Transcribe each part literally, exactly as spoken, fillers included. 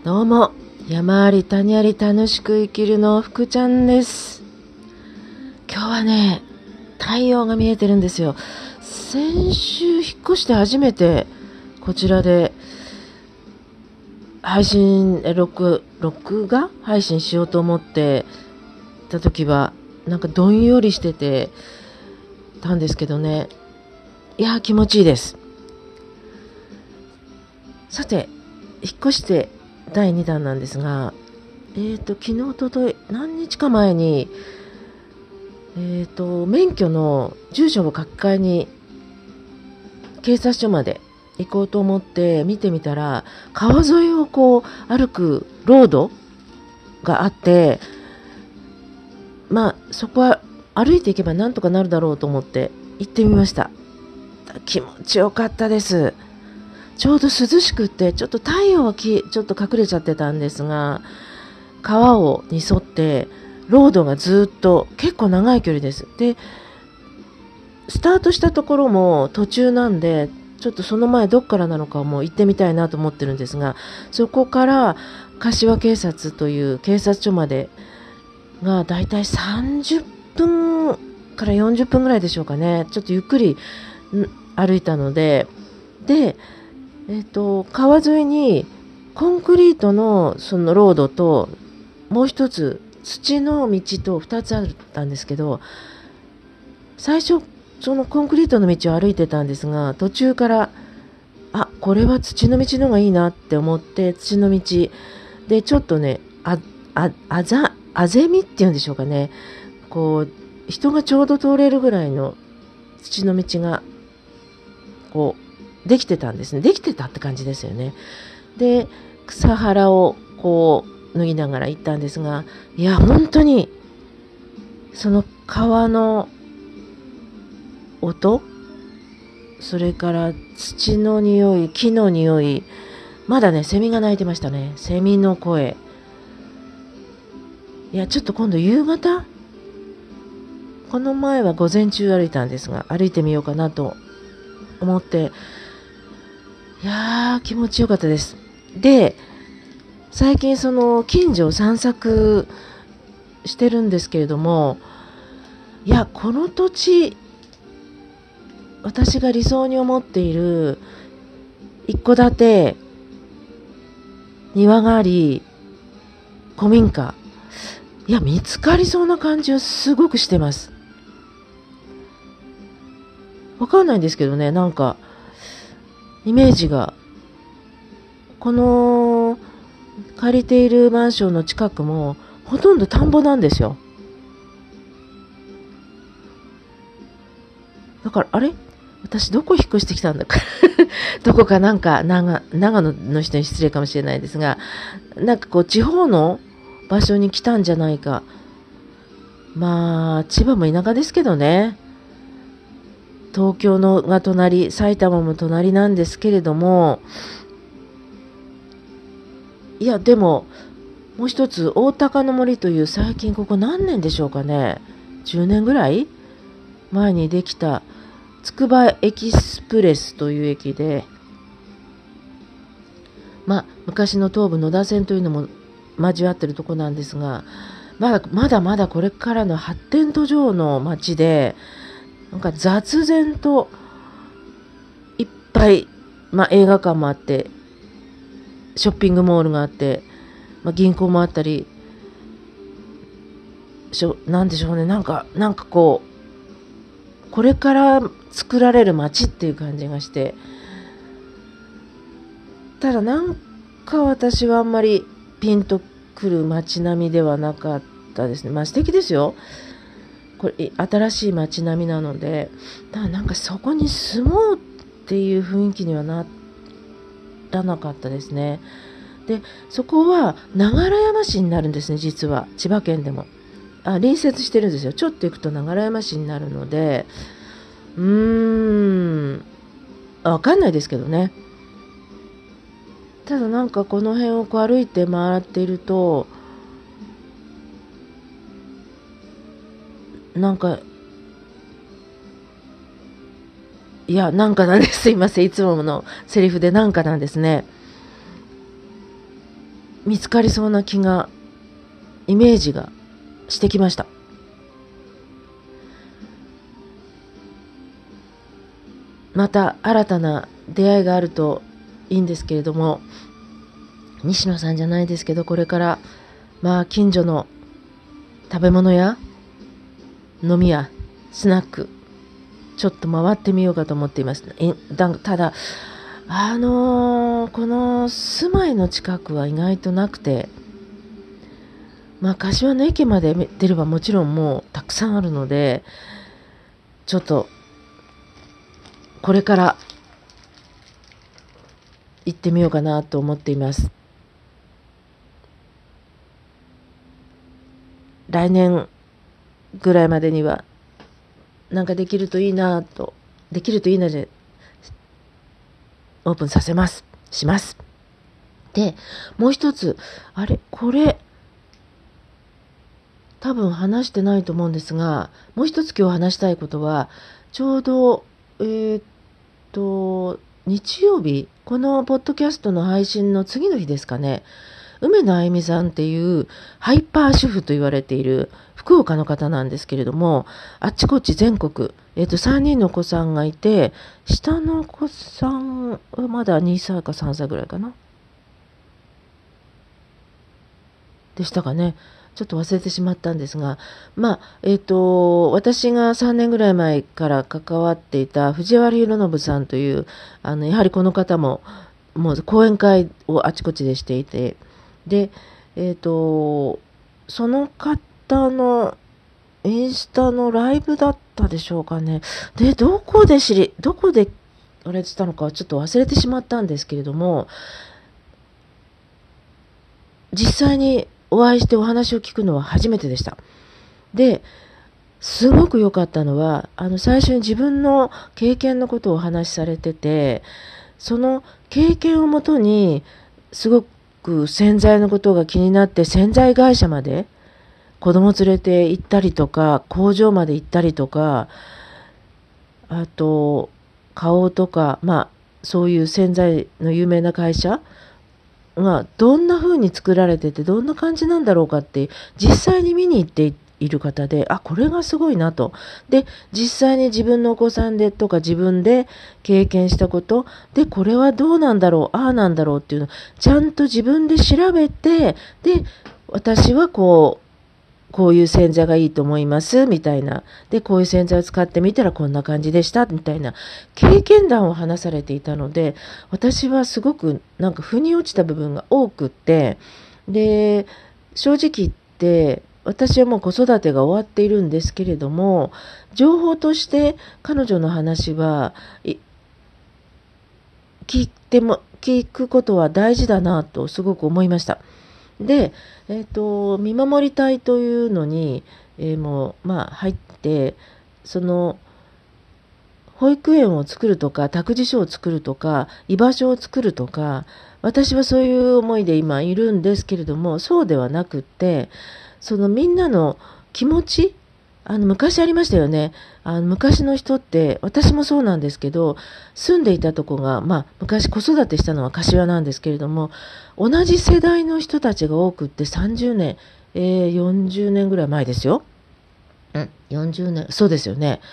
どうも、山あり谷あり楽しく生きるの福ちゃんです。今日はね、太陽が見えてるんですよ。先週引っ越して初めてこちらで配信、え録、録画配信しようと思ってた時は、なんかどんよりしててたんですけどね。いやー気持ちいいです。さて、引っ越してだいにだんなんですが、えーと、昨日、おととい、何日か前に、えーと、免許の住所を書き換えに警察署まで行こうと思って見てみたら、川沿いをこう歩くロードがあって、まあそこは歩いていけばなんとかなるだろうと思って行ってみました。気持ちよかったです。ちょうど涼しくってちょっと太陽はきちょっと隠れちゃってたんですが、川をに沿ってロードがずっと結構長い距離です。で、スタートしたところも途中なんで、ちょっとその前どっからなのかも行ってみたいなと思ってるんですが、そこから柏警察という警察署までがだいたいさんじゅっぷんからよんじゅっぷんぐらいでしょうかね。ちょっとゆっくり歩いたので、で、えっと、川沿いにコンクリートのそのロードと、もう一つ土の道とふたつあったんですけど、最初そのコンクリートの道を歩いてたんですが、途中からあ、これは土の道の方がいいなって思って、土の道でちょっとね、あ、あ、あざ、あぜみっていうんでしょうかね、こう人がちょうど通れるぐらいの土の道がこうできてたんですね。できてたって感じですよね。で、草原をこう脱ぎながら行ったんですが、いや本当にその川の音、それから土の匂い、木の匂い、まだねセミが鳴いてましたね。セミの声。いやちょっと今度夕方、この前は午前中歩いたんですが、歩いてみようかなと思って、いやー気持ちよかったです。で、最近その近所を散策してるんですけれども、いやこの土地、私が理想に思っている一戸建て、庭があり、古民家、いや見つかりそうな感じはすごくしてます。わかんないんですけどね、なんかイメージが、この借りているマンションの近くもほとんど田んぼなんですよ。だからあれ、私どこ引っ越してきたんだかどこかなんか長、長野の人に失礼かもしれないですが、なんかこう地方の場所に来たんじゃないか。まあ千葉も田舎ですけどね、東京のが隣、埼玉も隣なんですけれども、いやでももう一つ大高の森という、最近ここ何年でしょうかね、じゅうねんぐらい前にできたつくばエキスプレスという駅で、まあ昔の東武野田線というのも交わってるとこなんですが、まだまだまだこれからの発展途上の街で、なんか雑然といっぱい、まあ、映画館もあって、ショッピングモールがあって、まあ、銀行もあったり、しょなんでしょうね、なんかなんかこうこれから作られる街っていう感じがして、ただなんか私はあんまりピンとくる街並みではなかったですね。まあ素敵ですよ、これ新しい街並みなので、だなんかそこに住もうっていう雰囲気にはならなかったですね。で、そこは流山市になるんですね。実は千葉県でもあ隣接してるんですよ。ちょっと行くと流山市になるので、うーん、わかんないですけどね。ただなんかこの辺をこう歩いて回っていると、なんか、いやなんかなんです、すいません、いつものセリフでなんかなんですね。 見つかりそうな気が、イメージがしてきました。また新たな出会いがあるといいんですけれども、西野さんじゃないですけど、これからまあ近所の食べ物屋、飲み屋、スナック、ちょっと回ってみようかと思っています。えだただあのーこの住まいの近くは意外となくて、まあ柏の駅まで出ればもちろんもうたくさんあるので、ちょっとこれから行ってみようかなと思っています。来年ぐらいまでにはなんかできるといいなと、できるといいなでオープンさせます。します。で、もう一つ、あれ、これ、多分話してないと思うんですが、もう一つ今日話したいことは、ちょうど、えーっと、日曜日、このポッドキャストの配信の次の日ですかね、梅野あゆみさんっていうハイパー主婦と言われている福岡の方なんですけれども、あっちこっち全国、えっと、さんにんのお子さんがいて、下のお子さんはまだにさいかさんさいぐらいかな。でしたかね。ちょっと忘れてしまったんですが、まあ、えっと、私がさんねんぐらい前から関わっていた藤原弘信さんという、あの、やはりこの方も、もう講演会をあちこちでしていて、で、えっと、その方のインスタのライブだったでしょうかね。で、どこで知り、どこであれてたのかちょっと忘れてしまったんですけれども、実際にお会いしてお話を聞くのは初めてでした。で、すごく良かったのは、あの、最初に自分の経験のことをお話しされてて、その経験をもとに、すごく洗剤のことが気になって、洗剤会社まで子供連れて行ったりとか、工場まで行ったりとか、あと、花王とか、まあ、そういう洗剤の有名な会社がどんな風に作られてて、どんな感じなんだろうかって、実際に見に行っている方で、あ、これがすごいなと。で、実際に自分のお子さんでとか自分で経験したこと、で、これはどうなんだろう、ああなんだろうっていうのを、ちゃんと自分で調べて、で、私はこう、こういう洗剤がいいと思いますみたいな。で、こういう洗剤を使ってみたらこんな感じでしたみたいな経験談を話されていたので、私はすごくなんか腑に落ちた部分が多くって、で、正直言って私はもう子育てが終わっているんですけれども、情報として彼女の話はい聞いても、聞くことは大事だなとすごく思いました。で、えっと、見守り隊というのに、えーもう、まあ、入って、その、保育園を作るとか、託児所を作るとか、居場所を作るとか、私はそういう思いで今いるんですけれども、そうではなくって、そのみんなの気持ち、あの昔ありましたよね。あの昔の人って、私もそうなんですけど、住んでいたとこが、まあ昔子育てしたのは柏なんですけれども、同じ世代の人たちが多くってさんじゅうねん、えー、よんじゅうねんぐらい前ですよ。うん、よんじゅうねん、そうですよね。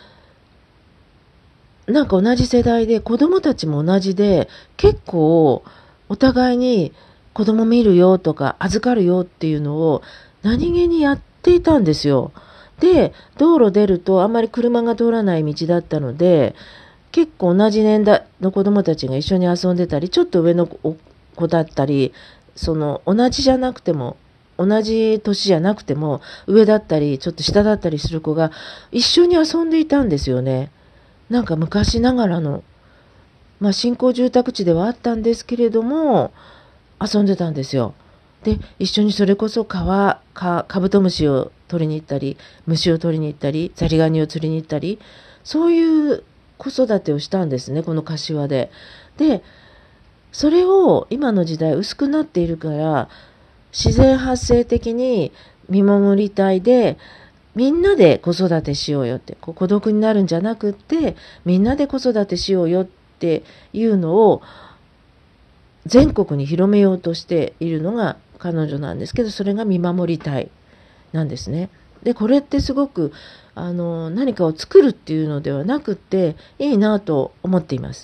なんか同じ世代で、子供たちも同じで、結構お互いに子供見るよとか預かるよっていうのを何気にやっていたんですよ。で、道路出るとあんまり車が通らない道だったので、結構同じ年代の子供たちが一緒に遊んでたり、ちょっと上の子だったり、その同じじゃなくても、同じ年じゃなくても上だったりちょっと下だったりする子が一緒に遊んでいたんですよね。なんか昔ながらの、まあ新興住宅地ではあったんですけれども、遊んでたんですよ。で、一緒にそれこそ川、か、カブトムシを取りに行ったり、虫を取りに行ったり、ザリガニを釣りに行ったり、そういう子育てをしたんですね、この柏で。で、それを今の時代薄くなっているから、自然発生的に見守りたいで、みんなで子育てしようよって、こう孤独になるんじゃなくって、みんなで子育てしようよっていうのを全国に広めようとしているのが彼女なんですけど、それが見守り隊なんですね。でこれってすごくあの何かを作るっていうのではなくていいなと思っています。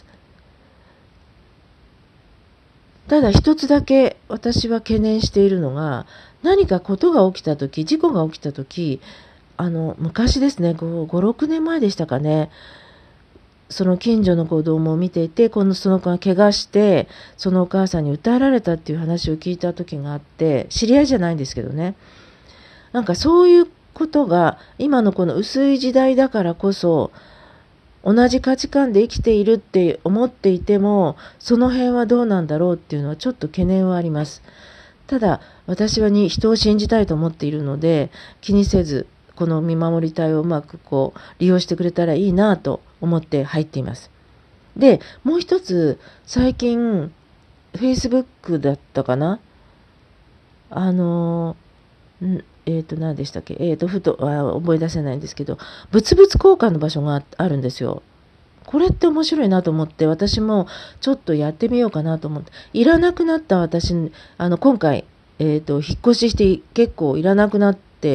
ただ一つだけ私は懸念しているのが、何かことが起きた時、事故が起きた時、あの昔ですね、ご、ろくねんまえでしたかね、その近所の子供を見ていて、このその子が怪我してそのお母さんに訴えられたっていう話を聞いた時があって、知り合いじゃないんですけどね、なんかそういうことが今のこの薄い時代だからこそ、同じ価値観で生きているって思っていても、その辺はどうなんだろうっていうのはちょっと懸念はあります。ただ私はに人を信じたいと思っているので、気にせずこの見守り隊をうまくこう利用してくれたらいいなと思って入っています。でもう一つ、最近 Facebook だったかな、あのんえっ、と何でしたっけ、えっ、とふとあ覚え出せないんですけど、物々交換の場所があるんですよ。これって面白いなと思って、私もちょっとやってみようかなと思って、いらなくなった私、あの今回、えーと、引っ越しして結構いらなくなって、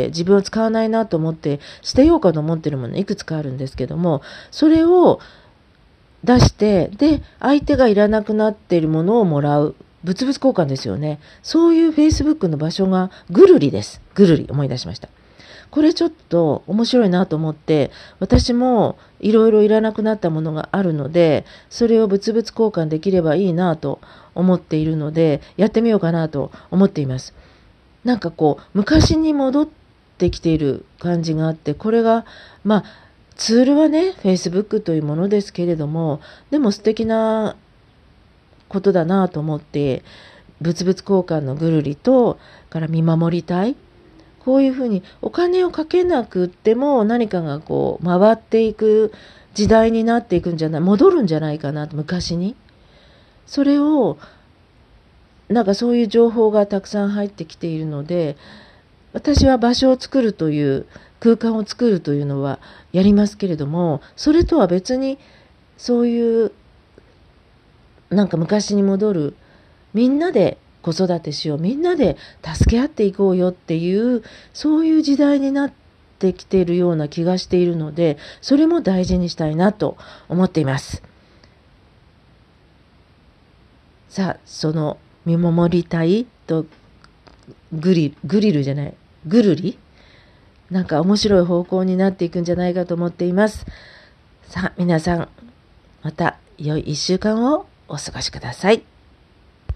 自分は使わないなと思って捨てようかと思ってるものいくつかあるんですけども、それを出して、で相手がいらなくなっているものをもらう、物々交換ですよね。そういう Facebook の場所がぐるりです。ぐるり思い出しました。これちょっと面白いなと思って、私もいろいろいらなくなったものがあるので、それを物々交換できればいいなと思っているので、やってみようかなと思っています。なんかこう昔に戻ってきている感じがあって、これがまあツールはね Facebook というものですけれども、でも素敵なことだなと思って、物々交換のぐるりとから見守りたい、こういうふうにお金をかけなくっても何かがこう回っていく時代になっていくんじゃない、戻るんじゃないかなと、昔に。それをなんかそういう情報がたくさん入ってきているので、私は場所を作るという空間を作るというのはやりますけれども、それとは別にそういうなんか昔に戻る、みんなで子育てしよう、みんなで助け合っていこうよっていう、そういう時代になってきているような気がしているので、それも大事にしたいなと思っています。さあ、その見守り隊とグリグリルじゃないぐるり、なんか面白い方向になっていくんじゃないかと思っています。さあ皆さん、また良いいっしゅうかんをお過ごしください。